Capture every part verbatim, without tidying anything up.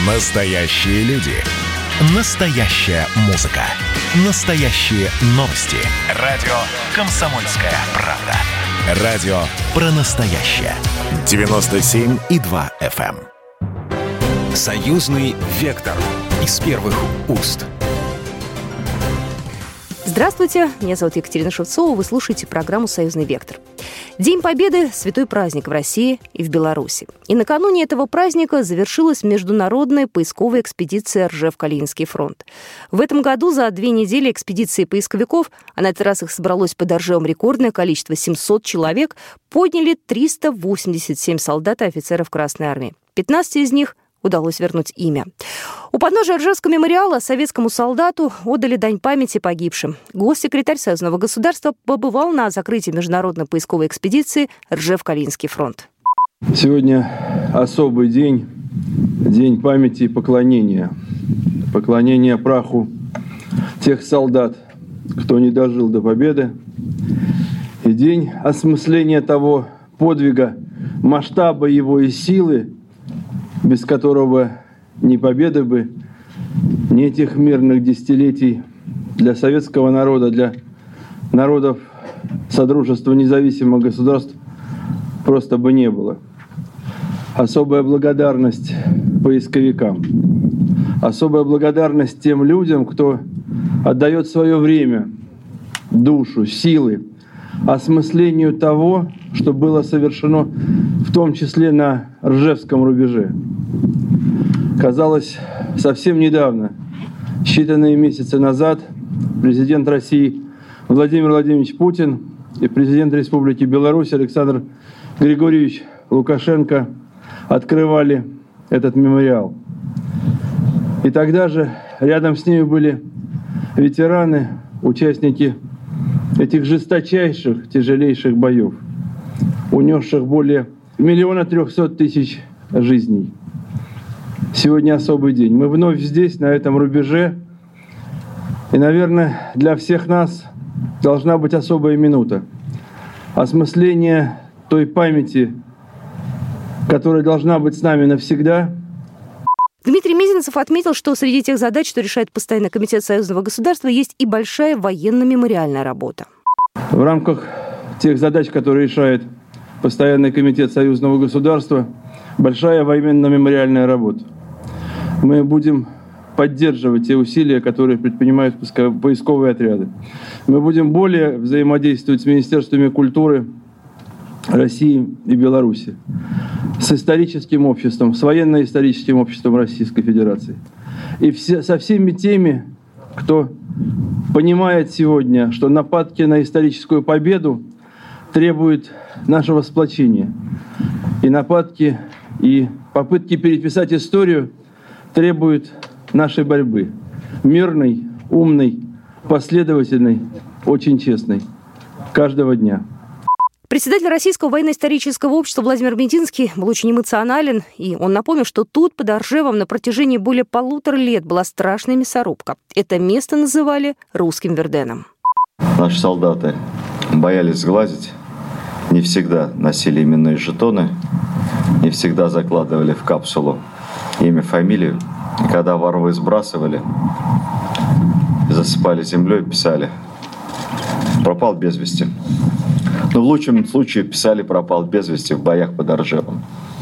Настоящие люди. Настоящая музыка. Настоящие новости. Радио «Комсомольская правда». Радио про настоящее. девяносто семь и два эф эм. Союзный вектор. Из первых уст. Здравствуйте, меня зовут Екатерина Шевцова, вы слушаете программу «Союзный вектор». День Победы – святой праздник в России и в Беларуси. И накануне этого праздника завершилась международная поисковая экспедиция Ржев-Калининский фронт. В этом году за две недели экспедиции поисковиков, а на этот раз их собралось под Ржевом рекордное количество – семьсот человек, подняли триста восемьдесят семь солдат и офицеров Красной Армии. пятнадцать из них удалось вернуть имя. У подножия Ржевского мемориала советскому солдату отдали дань памяти погибшим. Госсекретарь Союзного государства побывал на закрытии международной поисковой экспедиции Ржев-Калининский фронт. Сегодня особый день, день памяти и поклонения. Поклонения праху тех солдат, кто не дожил до победы. И день осмысления того подвига, масштаба его и силы, без которого ни победы бы, ни этих мирных десятилетий для советского народа, для народов Содружества независимых государств просто бы не было. Особая благодарность поисковикам. Особая благодарность тем людям, кто отдает свое время, душу, силы осмыслению того, что было совершено в том числе на Ржевском рубеже. Казалось, совсем недавно, считанные месяцы назад, президент России Владимир Владимирович Путин и президент Республики Беларусь Александр Григорьевич Лукашенко открывали этот мемориал. И тогда же рядом с ними были ветераны, участники этих жесточайших, тяжелейших боев, унесших более миллиона трехсот тысяч жизней. Сегодня особый день. Мы вновь здесь, на этом рубеже. И, наверное, для всех нас должна быть особая минута. Осмысление той памяти, которая должна быть с нами навсегда. Дмитрий Мезенцев отметил, что среди тех задач, что решает Постоянный комитет Союзного государства, есть и большая военно-мемориальная работа. В рамках тех задач, которые решает Постоянный комитет Союзного государства, большая военно-мемориальная работа. Мы будем поддерживать те усилия, которые предпринимают поисковые отряды. Мы будем более взаимодействовать с Министерствами культуры России и Беларуси, с историческим обществом, с военно-историческим обществом Российской Федерации. И все, со всеми теми, кто понимает сегодня, что нападки на историческую победу требуют нашего сплочения. И нападки, и попытки переписать историю требуют нашей борьбы. Мирной, умной, последовательной, очень честной. Каждого дня. Председатель Российского военно-исторического общества Владимир Мединский был очень эмоционален, и он напомнил, что тут, под Ржевом, на протяжении более полутора лет была страшная мясорубка. Это место называли русским Верденом. Наши солдаты боялись сглазить, не всегда носили именные жетоны, не всегда закладывали в капсулу имя, фамилию. И когда ворвы сбрасывали, засыпали землей, писали «пропал без вести». Но в лучшем случае писали «пропал без вести» в боях под Ржевом.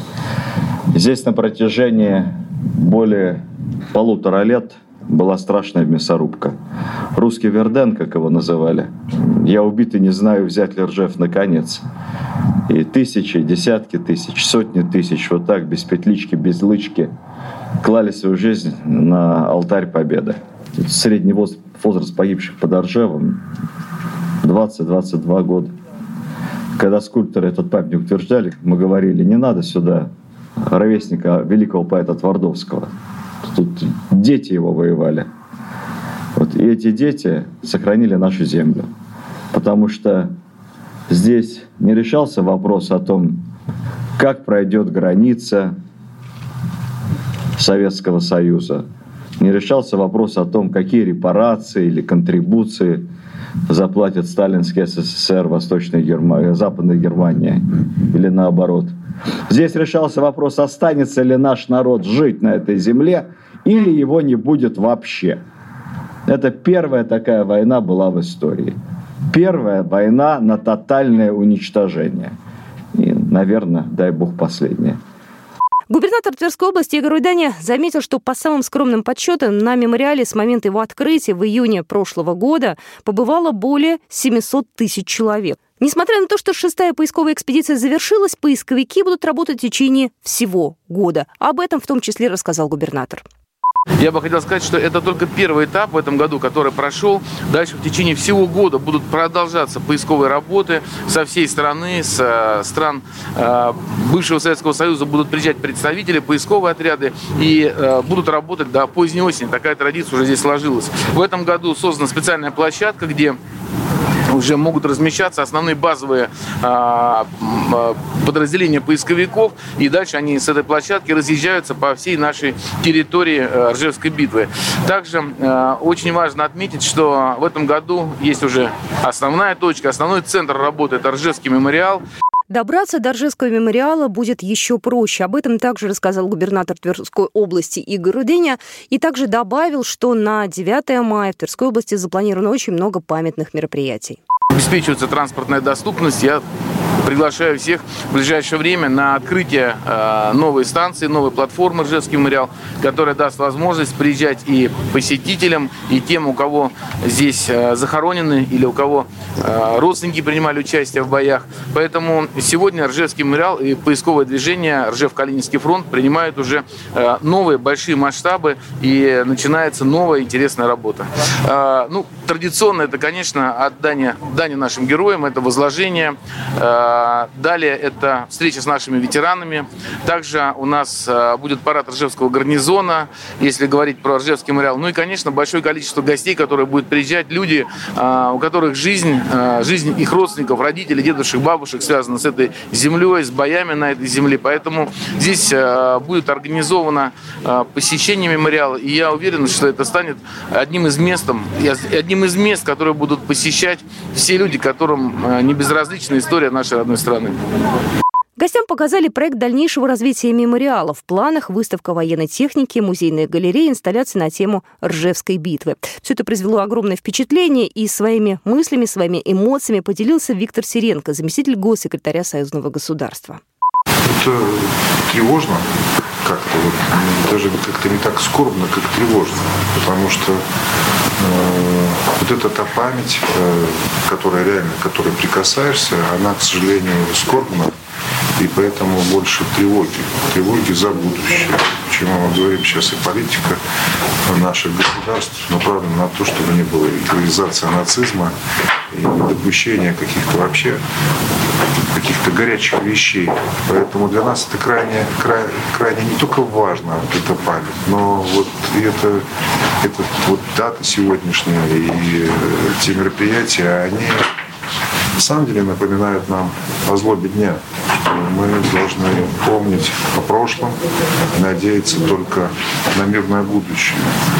Здесь на протяжении более полутора лет была страшная мясорубка. Русский Верден, как его называли. Я убит и не знаю, взять ли Ржев наконец. И тысячи, десятки тысяч, сотни тысяч, вот так, без петлички, без лычки, клали свою жизнь на алтарь победы. Средний возраст погибших под Ржевом двадцать-двадцать два года. Когда скульпторы этот памятник утверждали, мы говорили, не надо сюда ровесника великого поэта Твардовского. Тут дети его воевали. Вот, и эти дети сохранили нашу землю. Потому что здесь не решался вопрос о том, как пройдет граница Советского Союза. Не решался вопрос о том, какие репарации или контрибуции заплатит сталинский СССР, Восточная Германия, Западная Германия или наоборот. Здесь решался вопрос, останется ли наш народ жить на этой земле или его не будет вообще. Это первая такая война была в истории. Первая война на тотальное уничтожение. И, наверное, дай бог, последняя. Губернатор Тверской области Игорь Рудани заметил, что по самым скромным подсчетам на мемориале с момента его открытия в июне прошлого года побывало более семьсот тысяч человек. Несмотря на то, что шестая поисковая экспедиция завершилась, поисковики будут работать в течение всего года. Об этом в том числе рассказал губернатор. Я бы хотел сказать, что это только первый этап в этом году, который прошел. Дальше в течение всего года будут продолжаться поисковые работы со всей страны, с э, стран э, бывшего Советского Союза будут приезжать представители, поисковые отряды и э, будут работать до поздней осени. Такая традиция уже здесь сложилась. В этом году создана специальная площадка, где уже могут размещаться основные базовые э, подразделения поисковиков, и дальше они с этой площадки разъезжаются по всей нашей территории э, Ржевской битвы. Также э, очень важно отметить, что в этом году есть уже основная точка, основной центр работы – это Ржевский мемориал. Добраться до Ржевского мемориала будет еще проще. Об этом также рассказал губернатор Тверской области Игорь Рудани. И также добавил, что на девятое мая в Тверской области запланировано очень много памятных мероприятий. Обеспечивается транспортная доступность. Я приглашаю всех в ближайшее время на открытие э, новой станции, новой платформы Ржевский мемориал, которая даст возможность приезжать и посетителям, и тем, у кого здесь э, захоронены или у кого э, родственники принимали участие в боях. Поэтому сегодня Ржевский мемориал и поисковое движение Ржев-Калининский фронт принимают уже э, новые большие масштабы, и начинается новая интересная работа. Э, ну, традиционно это, конечно, отдание дани нашим героям, это возложение. Далее это встреча с нашими ветеранами. Также у нас будет парад Ржевского гарнизона, если говорить про Ржевский мемориал. Ну и, конечно, большое количество гостей, которые будут приезжать. Люди, у которых жизнь, жизнь их родственников, родителей, дедушек, бабушек связана с этой землей, с боями на этой земле. Поэтому здесь будет организовано посещение мемориала. И я уверен, что это станет одним из мест, одним из мест, которые будут посещать все люди, которым не безразлична история нашей родной страны. Гостям показали проект дальнейшего развития мемориала. В планах выставка военной техники, музейная галерея, инсталляции на тему Ржевской битвы. Все это произвело огромное впечатление, и своими мыслями, своими эмоциями поделился Виктор Сиренко, заместитель госсекретаря Союзного государства. Это тревожно как-то, вот, даже как-то не так скорбно, как тревожно, потому что э, вот эта та память, э, которая реально, к которой прикасаешься, она, к сожалению, скорбна, и поэтому больше тревоги, тревоги за будущее. Почему мы говорим сейчас и политика наших государств, направлена на то, чтобы не было реализации нацизма и допущения каких-то вообще каких-то горячих вещей. Поэтому для нас это крайне, крайне, крайне не только важно, вот эта память, но вот это, это вот дата сегодняшняя и те мероприятия, они на самом деле напоминают нам о злобе дня, что мы должны помнить о прошлом и надеяться только на мирное будущее.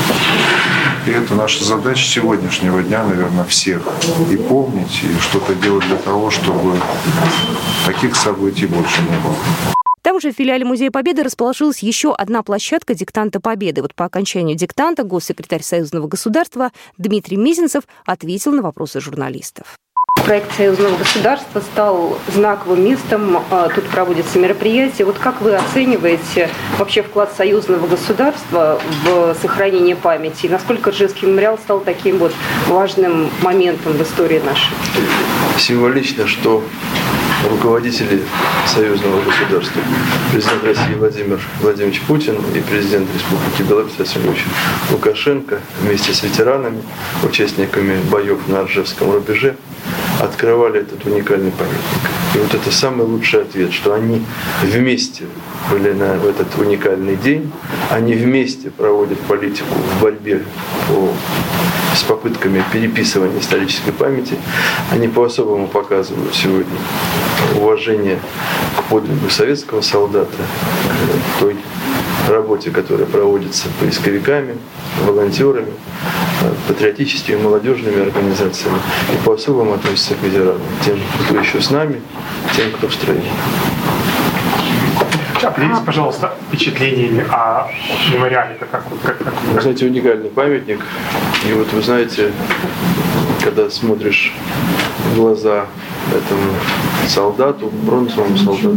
И это наша задача сегодняшнего дня, наверное, всех. И помнить, и что-то делать для того, чтобы таких событий больше не было. Там же в филиале Музея Победы расположилась еще одна площадка диктанта Победы. Вот по окончанию диктанта госсекретарь Союзного государства Дмитрий Мизинцев ответил на вопросы журналистов. Проект Союзного государства стал знаковым местом. Тут проводятся мероприятия. Вот как вы оцениваете вообще вклад Союзного государства в сохранение памяти? И насколько Ржевский мемориал стал таким вот важным моментом в истории нашей? Символично, что руководители Союзного государства, президент России Владимир Владимирович Путин и президент Республики Беларусь Александр Лукашенко вместе с ветеранами, участниками боев на Ржевском рубеже, открывали этот уникальный памятник. И вот это самый лучший ответ, что они вместе были на в этот уникальный день, они вместе проводят политику в борьбе по, с попытками переписывания исторической памяти. Они по-особому показывают сегодня уважение к подвигу советского солдата, к той работе, которая проводится поисковиками, волонтерами. патриотическими молодежными организациями и по-особому относятся к ветеранам, тем, кто еще с нами, тем, кто в строю. Поделитесь, пожалуйста, впечатлениями о мемориале. Как, как, как... Вы знаете, уникальный памятник. И вот вы знаете, когда смотришь в глаза этому солдату, бронзовому солдату,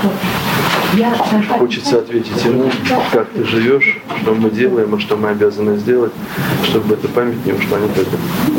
хочется ответить ему, как ты живешь, что мы делаем, и что мы обязаны сделать, чтобы эта память не ушла никогда.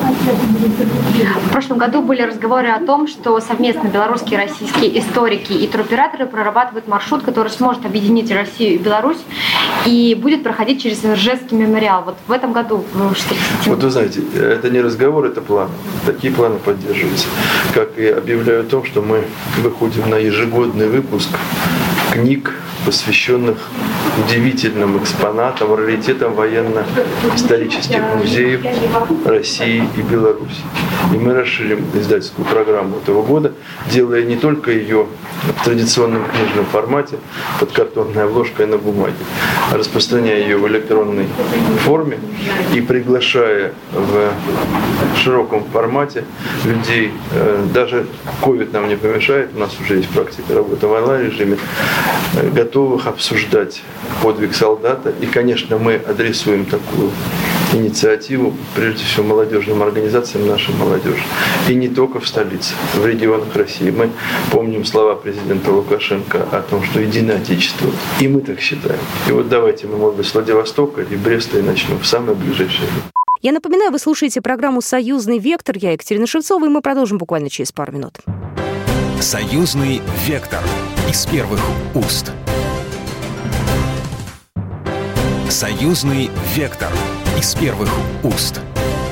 В прошлом году были разговоры о том, что совместно белорусские и российские историки и туроператоры прорабатывают маршрут, который сможет объединить Россию и Беларусь и будет проходить через Ржевский мемориал. Вот в этом году что Вот вы знаете, это не разговор, это план. Такие планы поддерживаются. Как и объявляю о том, что мы выходим на ежегодный выпуск книг, посвященных удивительным экспонатам, раритетам военно-исторических музеев России и Беларуси. И мы расширим издательскую программу этого года, делая не только ее в традиционном книжном формате, под картонной обложкой на бумаге, а распространяя ее в электронной форме и приглашая в широком формате людей. Даже ковид нам не помешает, у нас уже есть практика работы в онлайн-режиме, готовых обсуждать подвиг солдата. И, конечно, мы адресуем такую инициативу, прежде всего, молодежным организациям нашей молодежи. И не только в столице, в регионах России. Мы помним слова президента Лукашенко о том, что единое Отечество. И мы так считаем. И вот давайте мы, может быть, с Владивостока или Бреста и начнем в самое ближайшее время. Я напоминаю, вы слушаете программу «Союзный вектор». Я Екатерина Шевцова, и мы продолжим буквально через пару минут. «Союзный вектор» из первых уст. «Союзный вектор» из первых уст.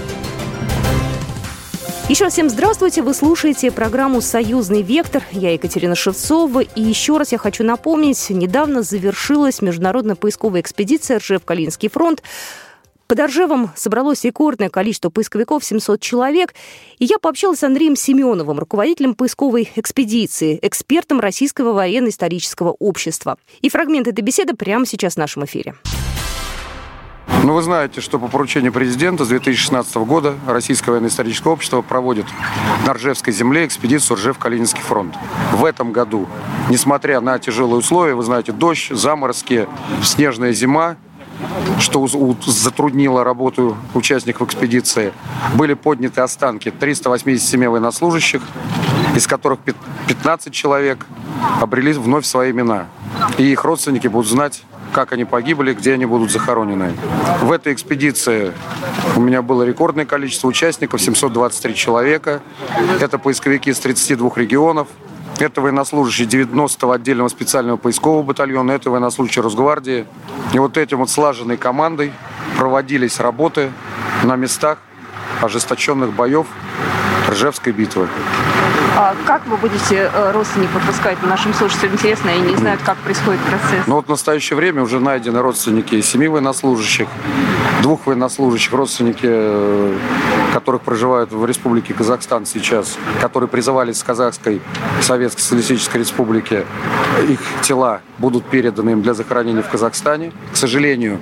Еще раз всем здравствуйте. Вы слушаете программу «Союзный вектор». Я Екатерина Шевцова. И еще раз я хочу напомнить, недавно завершилась международная поисковая экспедиция «Ржев-Калининский фронт». Под Ржевом собралось рекордное количество поисковиков – семьсот человек. И я пообщалась с Андреем Семеновым, руководителем поисковой экспедиции, экспертом Российского военно-исторического общества. И фрагмент этой беседы прямо сейчас в нашем эфире. Ну, вы знаете, что по поручению президента с две тысячи шестнадцатого года Российское военно-историческое общество проводит на Ржевской земле экспедицию Ржев-Калининский фронт. В этом году, несмотря на тяжелые условия, вы знаете, дождь, заморозки, снежная зима, что затруднило работу участников экспедиции, были подняты останки триста восемьдесят семь военнослужащих, из которых пятнадцать человек обрели вновь свои имена. И их родственники будут знать, как они погибли, где они будут захоронены. В этой экспедиции у меня было рекордное количество участников, семьсот двадцать три человека. Это поисковики из тридцати двух регионов. Это военнослужащие девяностого отдельного специального поискового батальона, это военнослужащие Росгвардии. И вот этим вот слаженной командой проводились работы на местах ожесточенных боев Ржевской битвы. А как вы будете родственников пускать? Нашим слушателям интересно, и не знают, как происходит процесс. Ну вот в настоящее время уже найдены родственники семи военнослужащих, двух военнослужащих, родственники, которых проживают в Республике Казахстан сейчас, которые призывались с Казахской Советской Социалистической Республики. Их тела будут переданы им для захоронения в Казахстане. К сожалению,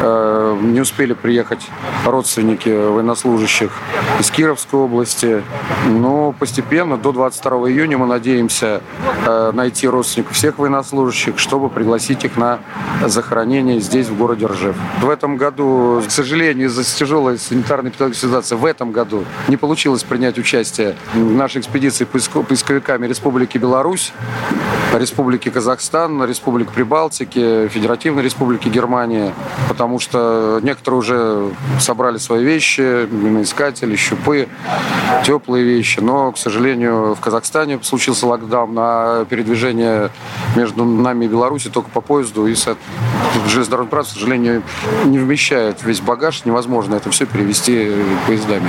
не успели приехать родственники военнослужащих из Кировской области, но постепенно до двадцать второго июня мы надеемся найти родственников всех военнослужащих, чтобы пригласить их на захоронение здесь, в городе Ржев. В этом году, к сожалению, из-за тяжелой санитарно-эпидемиологической ситуации, в этом году не получилось принять участие в нашей экспедиции поисковиками Республики Беларусь, Республики Казахстан, Республики Прибалтики, Федеративной Республики Германия, потому что некоторые уже собрали свои вещи, миноискатели, щупы, теплые вещи, но, к сожалению, в Казахстане случился локдаун, а передвижение между нами и Беларусью только по поезду, и железнодорожный транспорт, к сожалению, не вмещает весь багаж, невозможно это все перевезти поездами.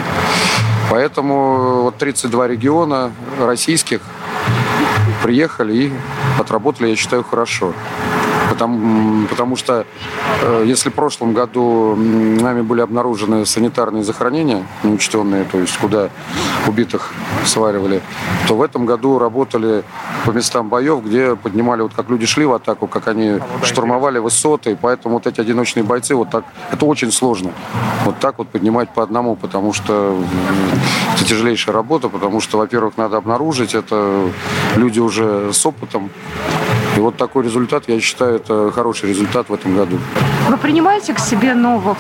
Поэтому вот тридцать два региона российских приехали и отработали, я считаю, хорошо. Потому, потому что э, если в прошлом году нами были обнаружены санитарные захоронения неучтенные, то есть куда убитых сваривали, то в этом году работали по местам боев, где поднимали, вот как люди шли в атаку, как они штурмовали высоты, поэтому вот эти одиночные бойцы, вот так, это очень сложно. Вот так вот поднимать по одному, потому что это тяжелейшая работа, потому что, во-первых, надо обнаружить, это люди уже с опытом. И вот такой результат, я считаю, это хороший результат в этом году. Вы принимаете к себе новых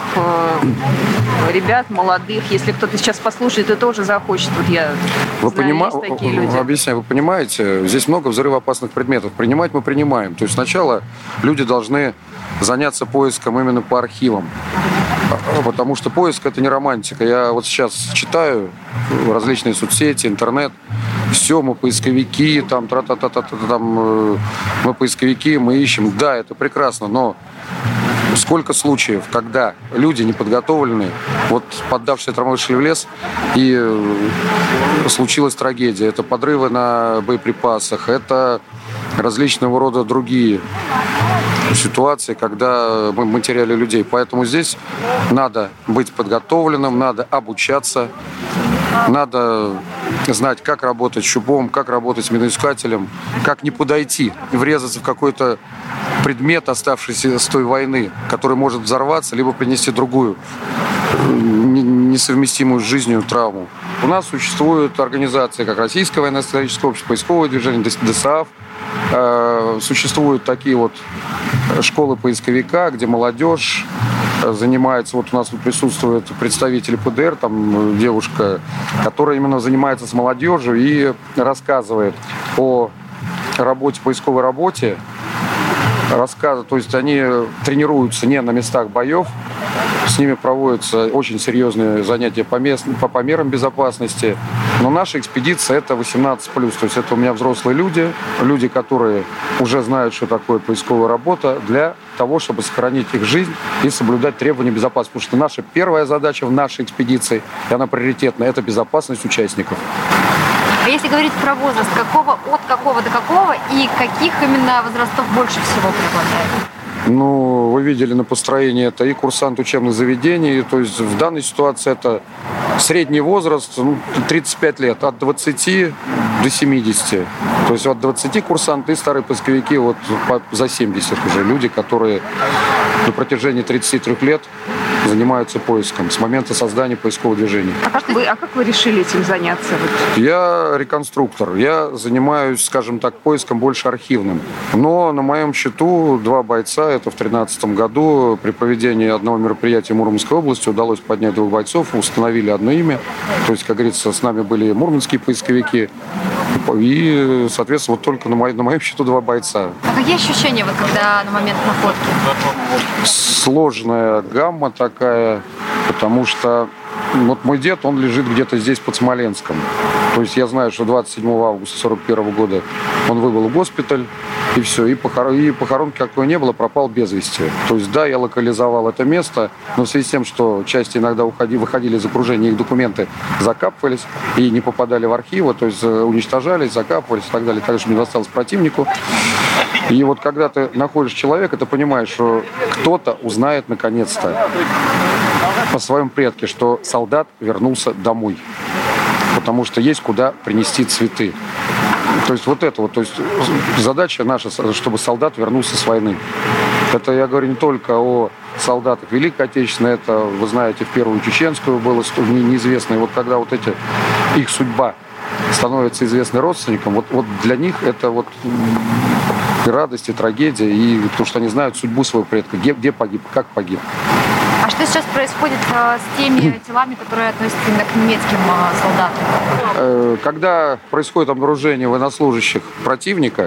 э, ребят, молодых? Если кто-то сейчас послушает и тоже захочет, вот я вы знаю, понима... есть такие люди. Объясняю, вы понимаете, здесь много взрывоопасных предметов. Принимать мы принимаем. То есть сначала люди должны заняться поиском именно по архивам. Потому что поиск — это не романтика. Я вот сейчас читаю различные соцсети, интернет. Все, мы поисковики, там, тра-та-та-та-та, там, мы поисковики, мы ищем. Да, это прекрасно, но сколько случаев, когда люди неподготовленные, вот поддавшись травмы, вышли в лес, и случилась трагедия. Это подрывы на боеприпасах, это различного рода другие ситуации, когда мы, мы теряли людей. Поэтому здесь надо быть подготовленным, надо обучаться, надо знать, как работать с щупом, как работать с миноискателем, как не подойти, врезаться в какой-то предмет, оставшийся с той войны, который может взорваться, либо принести другую, несовместимую с жизнью травму. У нас существуют организации, как Российское военно-историческое общество, поисковое движение, ДСААФ. Существуют такие вот школы поисковика, где молодежь занимается. Вот у нас присутствует представитель ПДР, там девушка, которая именно занимается с молодежью и рассказывает о работе, поисковой работе. Рассказывают, то есть они тренируются не на местах боев, с ними проводятся очень серьезные занятия по, мест, по померам безопасности. Но наша экспедиция — это восемнадцать плюс, то есть это у меня взрослые люди, люди, которые уже знают, что такое поисковая работа, для того, чтобы сохранить их жизнь и соблюдать требования безопасности. Потому что наша первая задача в нашей экспедиции, и она приоритетная, это безопасность участников. А если говорить про возраст, какого, от какого до какого и каких именно возрастов больше всего преобладает? Ну, вы видели на построении, это и курсант учебных заведений, то есть в данной ситуации это средний возраст, ну, тридцать пять лет, от двадцати до семидесяти. То есть от двадцати курсанты и старые поисковики вот за семьдесят уже люди, которые на протяжении тридцати трёх лет занимаются поиском с момента создания поискового движения. А как вы, а как вы решили этим заняться? Я реконструктор. Я занимаюсь, скажем так, поиском больше архивным. Но на моем счету два бойца. Это в тринадцатом году при проведении одного мероприятия в Мурманской области удалось поднять двух бойцов, установили одно имя. То есть, как говорится, с нами были мурманские поисковики. И, соответственно, вот только на, мо... на моем счету два бойца. А какие ощущения, вот, когда на момент находки? Сложная гамма такая, потому что вот мой дед, он лежит где-то здесь под Смоленском. То есть я знаю, что двадцать седьмого августа сорок первого года он выбыл в госпиталь, и все, и, похорон... и похоронки какой не было, пропал без вести. То есть да, я локализовал это место, но в связи с тем, что части иногда уходи... выходили из окружения, их документы закапывались и не попадали в архивы, то есть уничтожались, закапывались и так далее, так что не досталось противнику. И вот когда ты находишь человека, ты понимаешь, что кто-то узнает наконец-то по своем предке, что солдат вернулся домой. Потому что есть куда принести цветы. То есть вот это вот, то есть задача наша, чтобы солдат вернулся с войны. Это я говорю не только о солдатах Великой Отечественной, это, вы знаете, в Первую Чеченскую было неизвестно. И вот когда вот эти, их судьба становится известной родственникам, вот, вот для них это вот и радость, и трагедия, и потому что они знают судьбу своего предка, где, где погиб, как погиб. А что сейчас происходит э, с теми телами, которые относятся именно к немецким э, солдатам? Когда происходит обнаружение военнослужащих противника,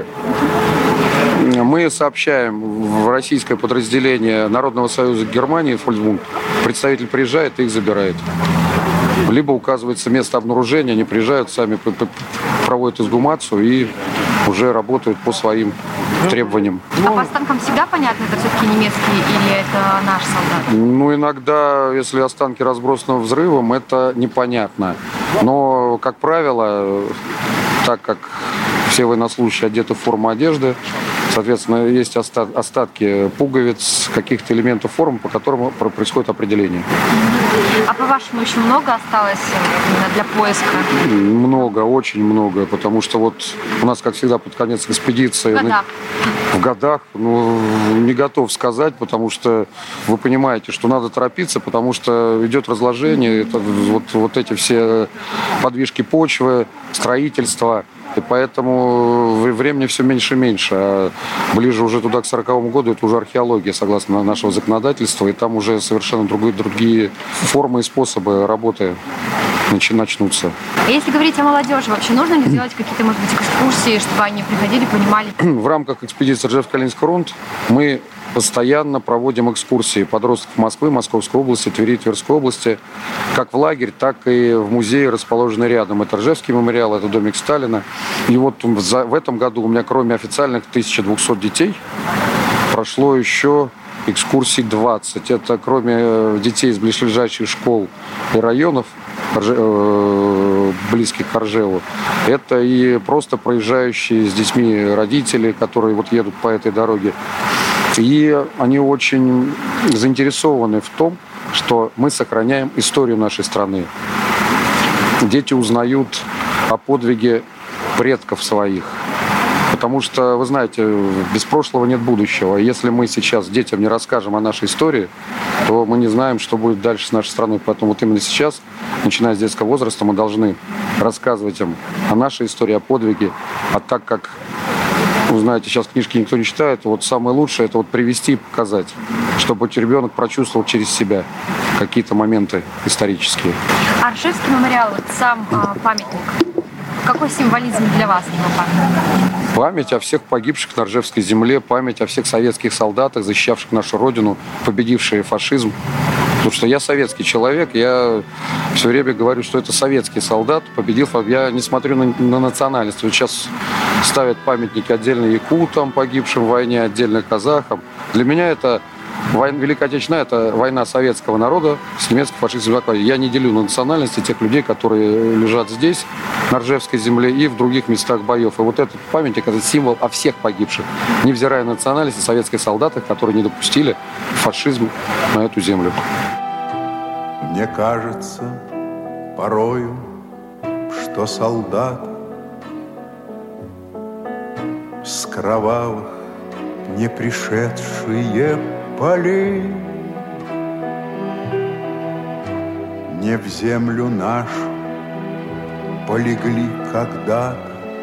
мы сообщаем в российское подразделение Народного союза Германии, Фольксбунд, представитель приезжает и их забирает. Либо указывается место обнаружения, они приезжают, сами проводят эксгумацию и уже работают по своим требованиям. А по останкам всегда понятно, это все-таки немецкие или это наш солдат? Ну, иногда, если останки разбросаны взрывом, это непонятно. Но, как правило, так как все военнослужащие одеты в форму одежды, Соответственно, есть остатки пуговиц, каких-то элементов формы, по которым происходит определение. А по-вашему, еще много осталось для поиска? Много, очень много, потому что вот у нас, как всегда, под конец экспедиции... В годах? В годах, ну, не готов сказать, потому что вы понимаете, что надо торопиться, потому что идет разложение, это вот, вот эти все подвижки почвы, строительство, и поэтому времени все меньше и меньше. А ближе уже туда, к сороковому году, это уже археология, согласно нашего законодательства, и там уже совершенно другие, другие формы и способы работы начнутся. А если говорить о молодежи, вообще нужно ли делать какие-то, может быть, экскурсии, чтобы они приходили, понимали? В рамках экспедиции Ржев-Калининск-Рунт мы постоянно проводим экскурсии подростков Москвы, Московской области, Твери, Тверской области, как в лагерь, так и в музеи, расположенные рядом. Это Ржевский мемориал, это домик Сталина. И вот в этом году у меня, кроме официальных тысяча двести детей, прошло еще экскурсий двадцать. Это кроме детей из близлежащих школ и районов, близких к Ржеву, это и просто проезжающие с детьми родители, которые вот едут по этой дороге. И они очень заинтересованы в том, что мы сохраняем историю нашей страны. Дети узнают о подвиге предков своих. Потому что, вы знаете, без прошлого нет будущего. Если мы сейчас детям не расскажем о нашей истории, то мы не знаем, что будет дальше с нашей страной. Поэтому вот именно сейчас, начиная с детского возраста, мы должны рассказывать им о нашей истории, о подвиге. А так как, вы знаете, сейчас книжки никто не читает, вот самое лучшее – это вот привести и показать, чтобы ребенок прочувствовал через себя какие-то моменты исторические. А Ржевский мемориал, вот сам а, памятник, какой символизм для вас его памятник? Память о всех погибших на Ржевской земле, память о всех советских солдатах, защищавших нашу родину, победившие фашизм. Потому что я советский человек, я все время говорю, что это советский солдат, победил. Я не смотрю на, на национальность. Вот сейчас ставят памятники отдельно якутам, погибшим в войне, отдельно казахам. Для меня это война, Великая Отечественная, это война советского народа с немецкой фашистской оккупацией. Я не делю на национальности тех людей, которые лежат здесь, на Ржевской земле, и в других местах боев. И вот этот памятник – это символ о всех погибших, невзирая на национальности, советских солдатах, которые не допустили фашизм на эту землю. Мне кажется порою, что солдат с кровавых не пришедшие полей не в землю нашу полегли когда-то,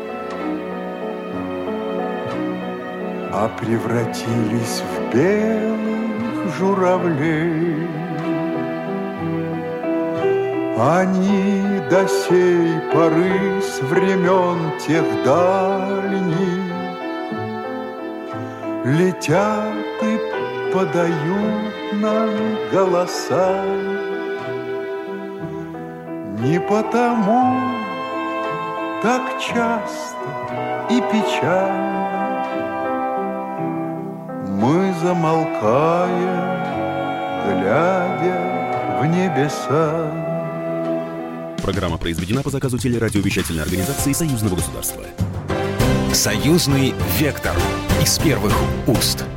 а превратились в белых журавлей. Они до сей поры с времен тех дальних летят и подают нам голоса. Не потому так часто и печально мы замолкаем, глядя в небеса. Программа произведена по заказу телерадиовещательной организации Союзного государства. Союзный вектор из первых уст.